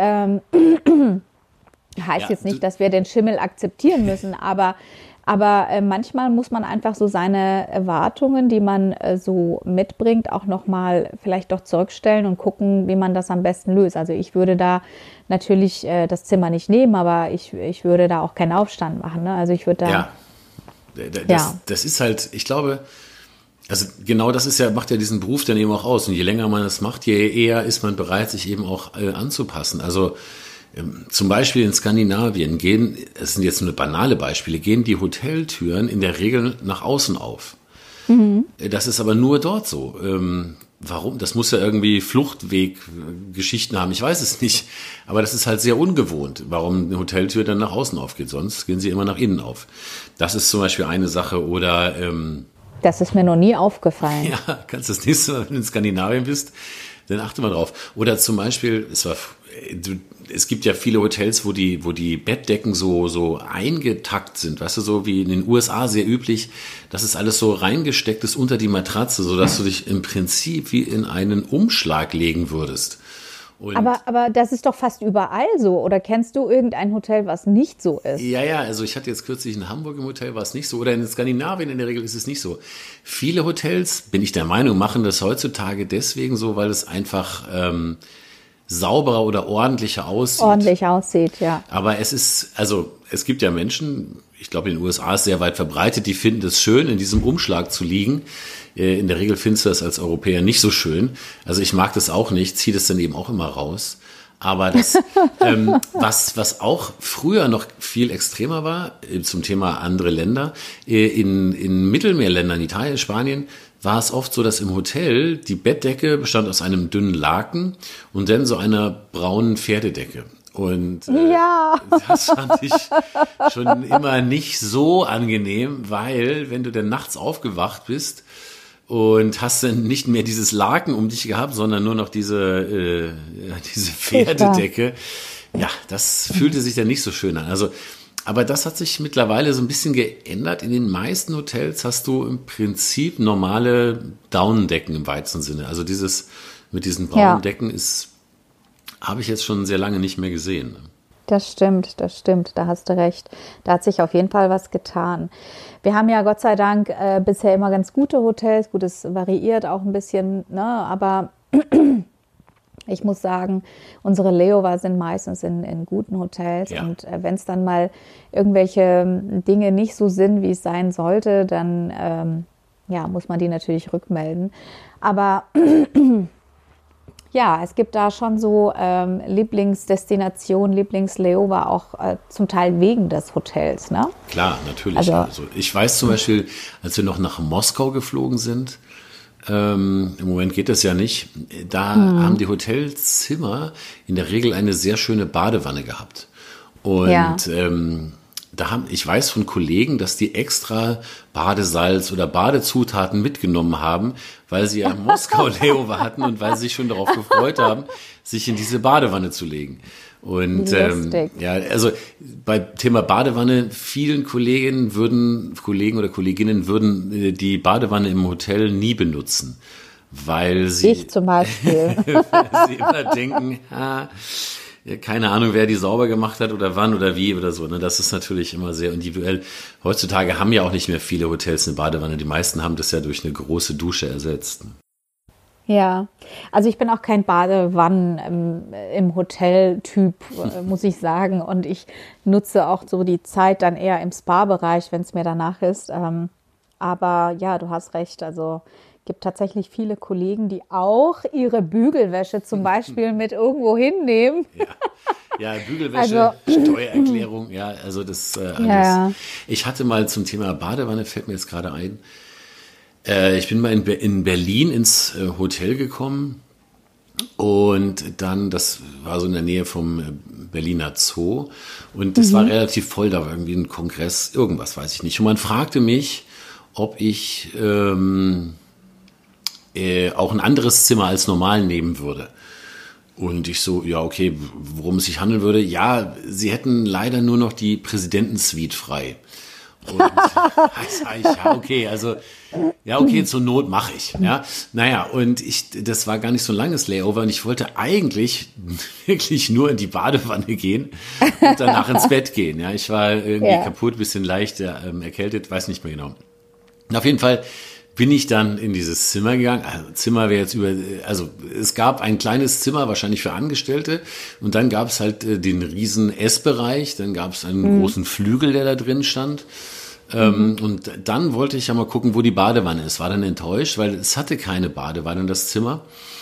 heißt jetzt nicht, dass wir den Schimmel akzeptieren müssen, aber manchmal muss man einfach so seine Erwartungen, die man so mitbringt, auch nochmal vielleicht doch zurückstellen und gucken, wie man das am besten löst. Also ich würde da natürlich das Zimmer nicht nehmen, aber ich würde da auch keinen Aufstand machen, ne? Also ich würde da... Das ist halt, ich glaube, also genau das macht ja diesen Beruf dann eben auch aus. Und je länger man das macht, je eher ist man bereit, sich eben auch anzupassen. Also zum Beispiel in Skandinavien es sind jetzt nur banale Beispiele, gehen die Hoteltüren in der Regel nach außen auf. Mhm. Das ist aber nur dort so. Warum? Das muss ja irgendwie Fluchtweggeschichten haben, ich weiß es nicht. Aber das ist halt sehr ungewohnt, warum eine Hoteltür dann nach außen aufgeht. Sonst gehen sie immer nach innen auf. Das ist zum Beispiel eine Sache. Oder das ist mir noch nie aufgefallen. Ja, kannst du das nächste Mal, wenn du in Skandinavien bist, dann achte mal drauf. Oder zum Beispiel, es gibt ja viele Hotels, wo die Bettdecken so eingetackt sind, weißt du, so wie in den USA sehr üblich, dass es alles so reingesteckt ist unter die Matratze, sodass du dich im Prinzip wie in einen Umschlag legen würdest. Aber das ist doch fast überall so. Oder kennst du irgendein Hotel, was nicht so ist? Ja, also ich hatte jetzt kürzlich in Hamburg im Hotel, war es nicht so. Oder in Skandinavien in der Regel ist es nicht so. Viele Hotels, bin ich der Meinung, machen das heutzutage deswegen so, weil es einfach sauberer oder ordentlicher aussieht. Ordentlich aussieht, ja. Aber es gibt ja Menschen, ich glaube in den USA ist es sehr weit verbreitet, die finden es schön, in diesem Umschlag zu liegen. In der Regel findest du das als Europäer nicht so schön. Also ich mag das auch nicht, ziehe das dann eben auch immer raus. Aber das, was auch früher noch viel extremer war, zum Thema andere Länder, in Mittelmeerländern, Italien, Spanien, war es oft so, dass im Hotel die Bettdecke bestand aus einem dünnen Laken und dann so einer braunen Pferdedecke. Und das fand ich schon immer nicht so angenehm, weil wenn du dann nachts aufgewacht bist und hast dann nicht mehr dieses Laken um dich gehabt, sondern nur noch diese Pferdedecke, ja, das fühlte sich dann nicht so schön an. Also, aber das hat sich mittlerweile so ein bisschen geändert. In den meisten Hotels hast du im Prinzip normale Daunendecken im weitesten Sinne. Also dieses mit diesen braunen Decken habe ich jetzt schon sehr lange nicht mehr gesehen. Das stimmt, da hast du recht. Da hat sich auf jeden Fall was getan. Wir haben ja Gott sei Dank bisher immer ganz gute Hotels. Gut, es variiert auch ein bisschen, ne? Aber ich muss sagen, unsere Layover sind meistens in guten Hotels. Ja. Und wenn es dann mal irgendwelche Dinge nicht so sind, wie es sein sollte, dann muss man die natürlich rückmelden. Aber ja, es gibt da schon so Lieblingsdestination, Lieblingslayover auch zum Teil wegen des Hotels, ne? Klar, natürlich. Also ich weiß zum Beispiel, als wir noch nach Moskau geflogen sind, im Moment geht das ja nicht, da haben die Hotelzimmer in der Regel eine sehr schöne Badewanne gehabt. Und ich weiß von Kollegen, dass die extra Badesalz oder Badezutaten mitgenommen haben, weil sie ja Moskau Layover hatten und weil sie sich schon darauf gefreut haben, sich in diese Badewanne zu legen. Und ja, also bei Thema Badewanne, vielen Kollegen oder Kolleginnen würden die Badewanne im Hotel nie benutzen, weil sie ich zum Beispiel, weil sie immer denken, ja, keine Ahnung, wer die sauber gemacht hat oder wann oder wie oder so. Ne? Das ist natürlich immer sehr individuell. Heutzutage haben ja auch nicht mehr viele Hotels eine Badewanne. Die meisten haben das ja durch eine große Dusche ersetzt. ja, also ich bin auch kein Badewannen im Hotel-Typ, muss ich sagen. Und ich nutze auch so die Zeit dann eher im Spa-Bereich, wenn es mir danach ist. Aber ja, du hast recht. Also gibt tatsächlich viele Kollegen, die auch ihre Bügelwäsche zum Beispiel mit irgendwo hinnehmen. Ja, Bügelwäsche, Steuererklärung, ja, also das alles. Ja. Ich hatte mal zum Thema Badewanne, fällt mir jetzt gerade ein, ich bin mal in Berlin ins Hotel gekommen und dann, das war so in der Nähe vom Berliner Zoo und das war relativ voll, da war irgendwie ein Kongress, irgendwas, weiß ich nicht. Und man fragte mich, ob ich auch ein anderes Zimmer als normal nehmen würde. Und ich so, ja, okay, worum es sich handeln würde? Ja, sie hätten leider nur noch die Präsidentensuite frei. Und sag ich, ja, okay, also, ja, okay, zur Not mache ich, ja. Naja, und das war gar nicht so ein langes Layover und ich wollte eigentlich wirklich nur in die Badewanne gehen und danach ins Bett gehen, ja. Ich war irgendwie kaputt, bisschen leicht erkältet, weiß nicht mehr genau. Und auf jeden Fall bin ich dann in dieses Zimmer gegangen. Also Zimmer wäre jetzt also es gab ein kleines Zimmer, wahrscheinlich für Angestellte. Und dann gab es halt den riesen Essbereich. Dann gab es einen großen Flügel, der da drin stand. Und dann wollte ich ja mal gucken, wo die Badewanne ist. War dann enttäuscht, weil es hatte keine Badewanne in das Zimmer,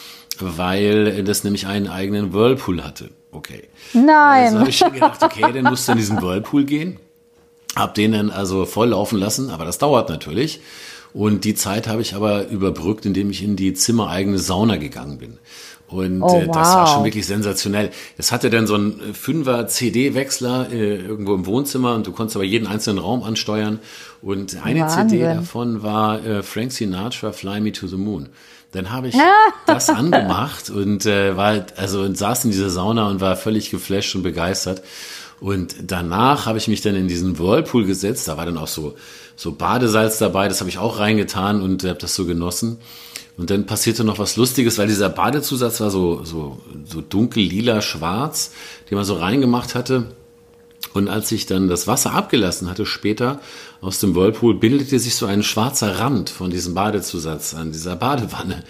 weil das nämlich einen eigenen Whirlpool hatte. Okay. Nein. Also habe ich schon gedacht, okay, dann musst du in diesen Whirlpool gehen. Hab den dann also voll laufen lassen, aber das dauert natürlich. Und die Zeit habe ich aber überbrückt, indem ich in die zimmereigene Sauna gegangen bin. Und wow. Das war schon wirklich sensationell. Es hatte dann so einen 5er CD-Wechsler irgendwo im Wohnzimmer und du konntest aber jeden einzelnen Raum ansteuern. Und eine Wahnsinn. CD davon war Frank Sinatra, Fly Me to the Moon. Dann habe ich das angemacht und und saß in dieser Sauna und war völlig geflasht und begeistert. Und danach habe ich mich dann in diesen Whirlpool gesetzt. Da war dann auch so Badesalz dabei. Das habe ich auch reingetan und habe das so genossen. Und dann passierte noch was Lustiges, weil dieser Badezusatz war so dunkel, lila, schwarz, den man so reingemacht hatte. Und als ich dann das Wasser abgelassen hatte, später aus dem Whirlpool, bildete sich so ein schwarzer Rand von diesem Badezusatz an dieser Badewanne.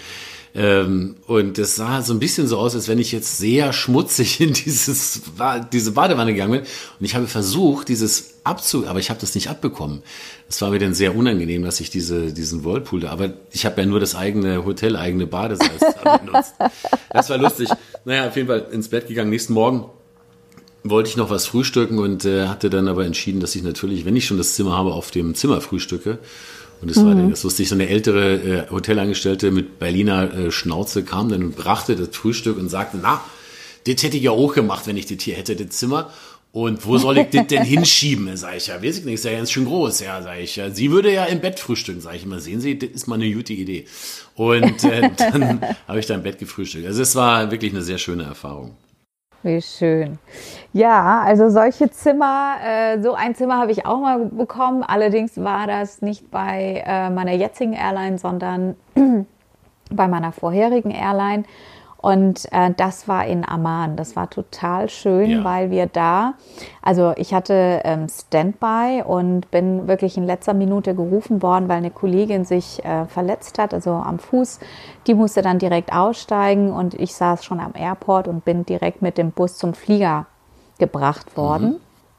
Und es sah so ein bisschen so aus, als wenn ich jetzt sehr schmutzig in diese Badewanne gegangen bin. Und ich habe versucht, aber ich habe das nicht abbekommen. Das war mir dann sehr unangenehm, dass ich diesen Whirlpool aber ich habe ja nur das eigene Badesalz benutzt. Das war lustig. Naja, auf jeden Fall ins Bett gegangen. Nächsten Morgen wollte ich noch was frühstücken und hatte dann aber entschieden, dass ich natürlich, wenn ich schon das Zimmer habe, auf dem Zimmer frühstücke. Und es war dann das lustig, so eine ältere Hotelangestellte mit Berliner Schnauze kam dann und brachte das Frühstück und sagte, na, das hätte ich ja auch gemacht, wenn ich das hier hätte, das Zimmer. Und wo soll ich das denn hinschieben? Sag ich, ja, weiß ich nicht, ist ja ganz schön groß. Ja, sag ich, ja, sie würde ja im Bett frühstücken. Sag ich immer, sehen Sie, das ist mal eine gute Idee. Und dann habe ich da im Bett gefrühstückt. Also es war wirklich eine sehr schöne Erfahrung. Wie schön. Ja, also solche Zimmer, so ein Zimmer habe ich auch mal bekommen. Allerdings war das nicht bei meiner jetzigen Airline, sondern bei meiner vorherigen Airline. Und das war in Amman. Das war total schön, weil wir also ich hatte Standby und bin wirklich in letzter Minute gerufen worden, weil eine Kollegin sich verletzt hat, also am Fuß. Die musste dann direkt aussteigen und ich saß schon am Airport und bin direkt mit dem Bus zum Flieger gebracht worden.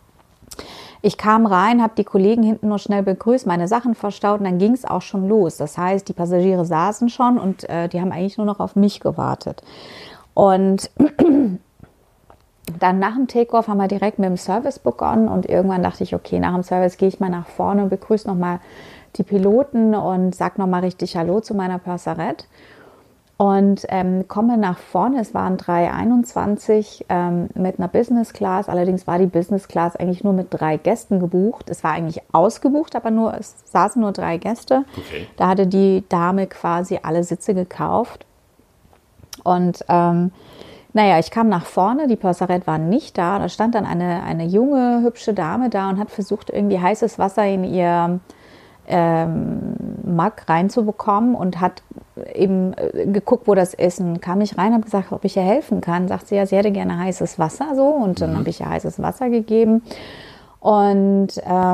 Ich kam rein, habe die Kollegen hinten nur schnell begrüßt, meine Sachen verstaut und dann ging es auch schon los. Das heißt, die Passagiere saßen schon und die haben eigentlich nur noch auf mich gewartet. Und dann nach dem Takeoff haben wir direkt mit dem Service begonnen und irgendwann dachte ich, okay, nach dem Service gehe ich mal nach vorne und begrüße nochmal die Piloten und sage nochmal richtig Hallo zu meiner Purserette. Und komme nach vorne, es waren 321 mit einer Business Class. Allerdings war die Business Class eigentlich nur mit 3 Gästen gebucht. Es war eigentlich ausgebucht, aber es saßen nur 3 Gäste. Okay. Da hatte die Dame quasi alle Sitze gekauft. Und naja, ich kam nach vorne, die Purserette war nicht da. Da stand dann eine junge, hübsche Dame da und hat versucht, irgendwie heißes Wasser in ihr Mug reinzubekommen und hat eben geguckt, wo das ist. Und kam ich rein, habe gesagt, ob ich ihr helfen kann. Sagt sie, ja, sie hätte gerne heißes Wasser so. Und dann habe ich ihr heißes Wasser gegeben. Und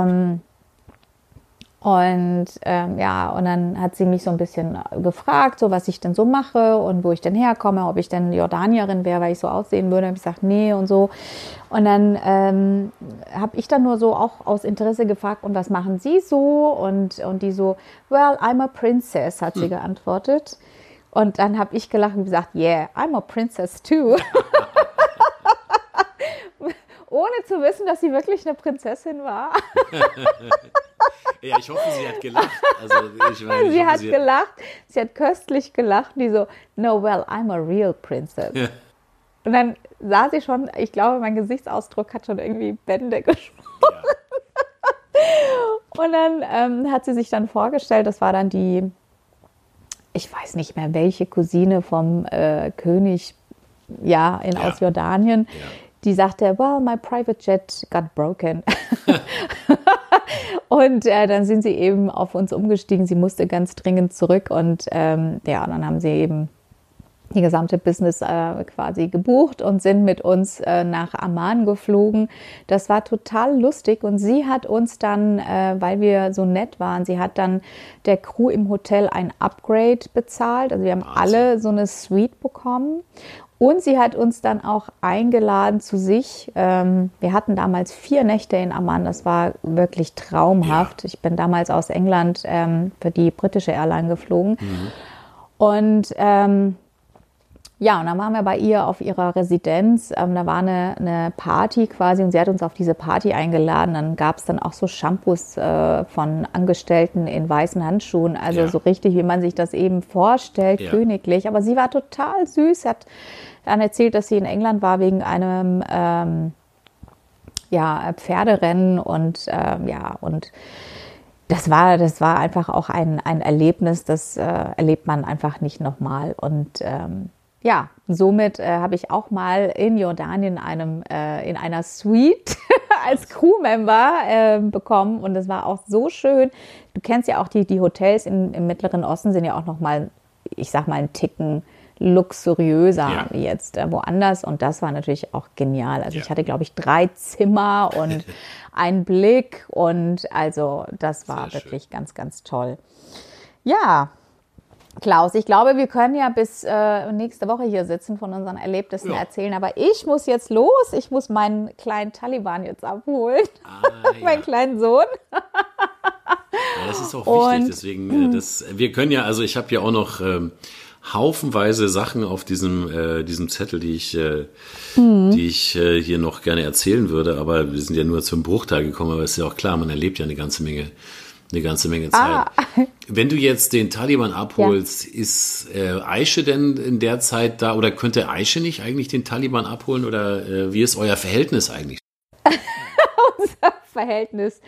ja, und dann hat sie mich so ein bisschen gefragt, so was ich denn so mache und wo ich denn herkomme, ob ich denn Jordanierin wäre, weil ich so aussehen würde. Habe ich gesagt, nee und so. Und dann habe ich dann nur so auch aus Interesse gefragt, und was machen Sie so? Und die so, well, I'm a princess, hat sie geantwortet. Und dann habe ich gelacht und gesagt, yeah, I'm a princess too. Ohne zu wissen, dass sie wirklich eine Prinzessin war. Ja, ich hoffe, sie hat gelacht. Also, sie hat gelacht, sie hat köstlich gelacht. Die so, no, well, I'm a real princess. Ja. Und dann sah sie schon, ich glaube, mein Gesichtsausdruck hat schon irgendwie Bände gesprochen. Ja. Und dann hat sie sich dann vorgestellt, das war dann die, ich weiß nicht mehr, welche Cousine vom König, aus Jordanien. Ja. Die sagte, well, my private jet got broken. Und dann sind sie eben auf uns umgestiegen. Sie musste ganz dringend zurück und dann haben sie eben die gesamte Business quasi gebucht und sind mit uns nach Amman geflogen. Das war total lustig und sie hat uns dann, weil wir so nett waren, sie hat dann der Crew im Hotel ein Upgrade bezahlt. Also wir haben alle so eine Suite bekommen. Und sie hat uns dann auch eingeladen zu sich. Wir hatten damals 4 Nächte in Amman. Das war wirklich traumhaft. Ja. Ich bin damals aus England für die britische Airline geflogen. Mhm. Und und dann waren wir bei ihr auf ihrer Residenz. Da war eine Party quasi und sie hat uns auf diese Party eingeladen. Dann gab es dann auch so Shampoos von Angestellten in weißen Handschuhen. Also so richtig, wie man sich das eben vorstellt, königlich. Aber sie war total süß. Sie hat dann erzählt, dass sie in England war wegen einem Pferderennen und und das war einfach auch ein Erlebnis, das erlebt man einfach nicht nochmal. Und somit habe ich auch mal in Jordanien in einer Suite als Crewmember bekommen und das war auch so schön. Du kennst ja auch die Hotels im Mittleren Osten sind ja auch nochmal, ich sag mal, einen Ticken luxuriöser wie jetzt woanders und das war natürlich auch genial. Also ich hatte, glaube ich, 3 Zimmer und einen Blick und also das war wirklich schön. Ganz, ganz toll. Ja, Klaus, ich glaube, wir können ja bis nächste Woche hier sitzen, von unseren Erlebnissen erzählen, aber ich muss jetzt los. Ich muss meinen kleinen Taliban jetzt abholen, meinen kleinen Sohn. Ja, das ist auch wichtig, deswegen, wir können ja, also ich habe ja auch noch haufenweise Sachen auf diesem Zettel, die ich hier noch gerne erzählen würde, aber wir sind ja nur zum Bruchteil gekommen, aber es ist ja auch klar, man erlebt ja eine ganze Menge Zeit. Wenn du jetzt den Taliban abholst, ist Aische denn in der Zeit da oder könnte Aische nicht eigentlich den Taliban abholen oder wie ist euer Verhältnis eigentlich? Unser Verhältnis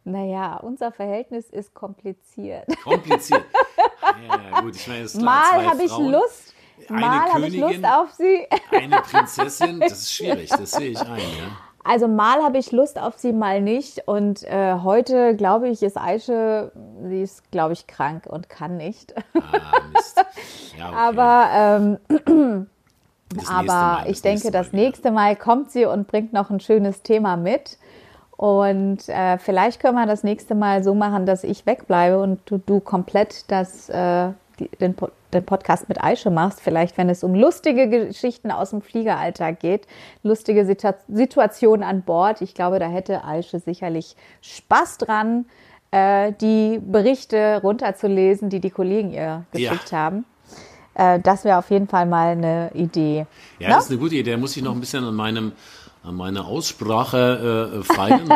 ist kompliziert. Kompliziert? Ja, gut, ich meine, es ist klar, mal habe ich Lust auf sie. Eine Prinzessin, das ist schwierig, das sehe ich ein, ja. Also mal habe ich Lust auf sie, mal nicht. Und heute, glaube ich, ist Aische, sie ist, glaube ich, krank und kann nicht. Mist. Ja, okay. Aber ich denke, das nächste Mal kommt sie und bringt noch ein schönes Thema mit. Und vielleicht können wir das nächste Mal so machen, dass ich wegbleibe und du komplett den Podcast mit Aische machst, vielleicht wenn es um lustige Geschichten aus dem Fliegeralltag geht, lustige Situationen an Bord. Ich glaube, da hätte Aische sicherlich Spaß dran, die Berichte runterzulesen, die Kollegen ihr geschickt haben. Das wäre auf jeden Fall mal eine Idee. Ja, das ist eine gute Idee. Da muss ich noch ein bisschen an meine Aussprache feilen,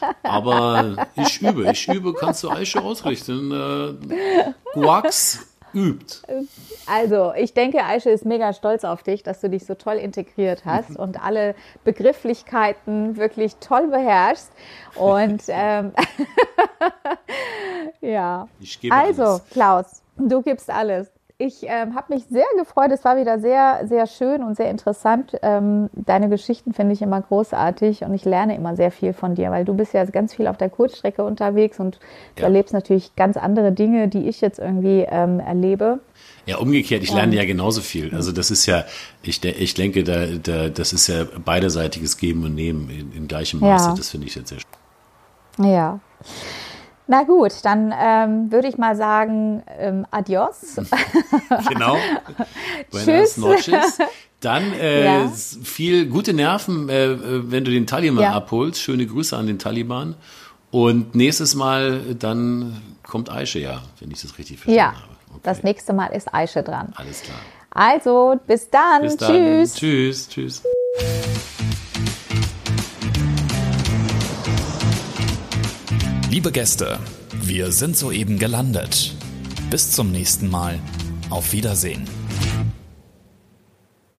aber ich übe. Kannst du Aische ausrichten? Guax, übt. Also, ich denke, Aische ist mega stolz auf dich, dass du dich so toll integriert hast und alle Begrifflichkeiten wirklich toll beherrschst. Und ja. Ich gebe also, alles. Klaus, du gibst alles. Ich habe mich sehr gefreut. Es war wieder sehr, sehr schön und sehr interessant. Deine Geschichten finde ich immer großartig und ich lerne immer sehr viel von dir, weil du bist ja ganz viel auf der Kurzstrecke unterwegs und du erlebst natürlich ganz andere Dinge, die ich jetzt irgendwie erlebe. Ja, umgekehrt, ich lerne ja genauso viel. Also das ist ja, ich denke, das ist ja beidseitiges Geben und Nehmen in gleichem Maße. Ja. Das finde ich jetzt sehr schön. Ja. Na gut, dann würde ich mal sagen, adios. Genau. Tschüss. Noches. Dann viel gute Nerven, wenn du den Taliban abholst. Schöne Grüße an den Taliban. Und nächstes Mal, dann kommt Aische, wenn ich das richtig verstanden habe. Okay. Das nächste Mal ist Aische dran. Alles klar. Also, bis dann. Bis dann. Tschüss. Tschüss. Tschüss. Liebe Gäste, wir sind soeben gelandet. Bis zum nächsten Mal. Auf Wiedersehen.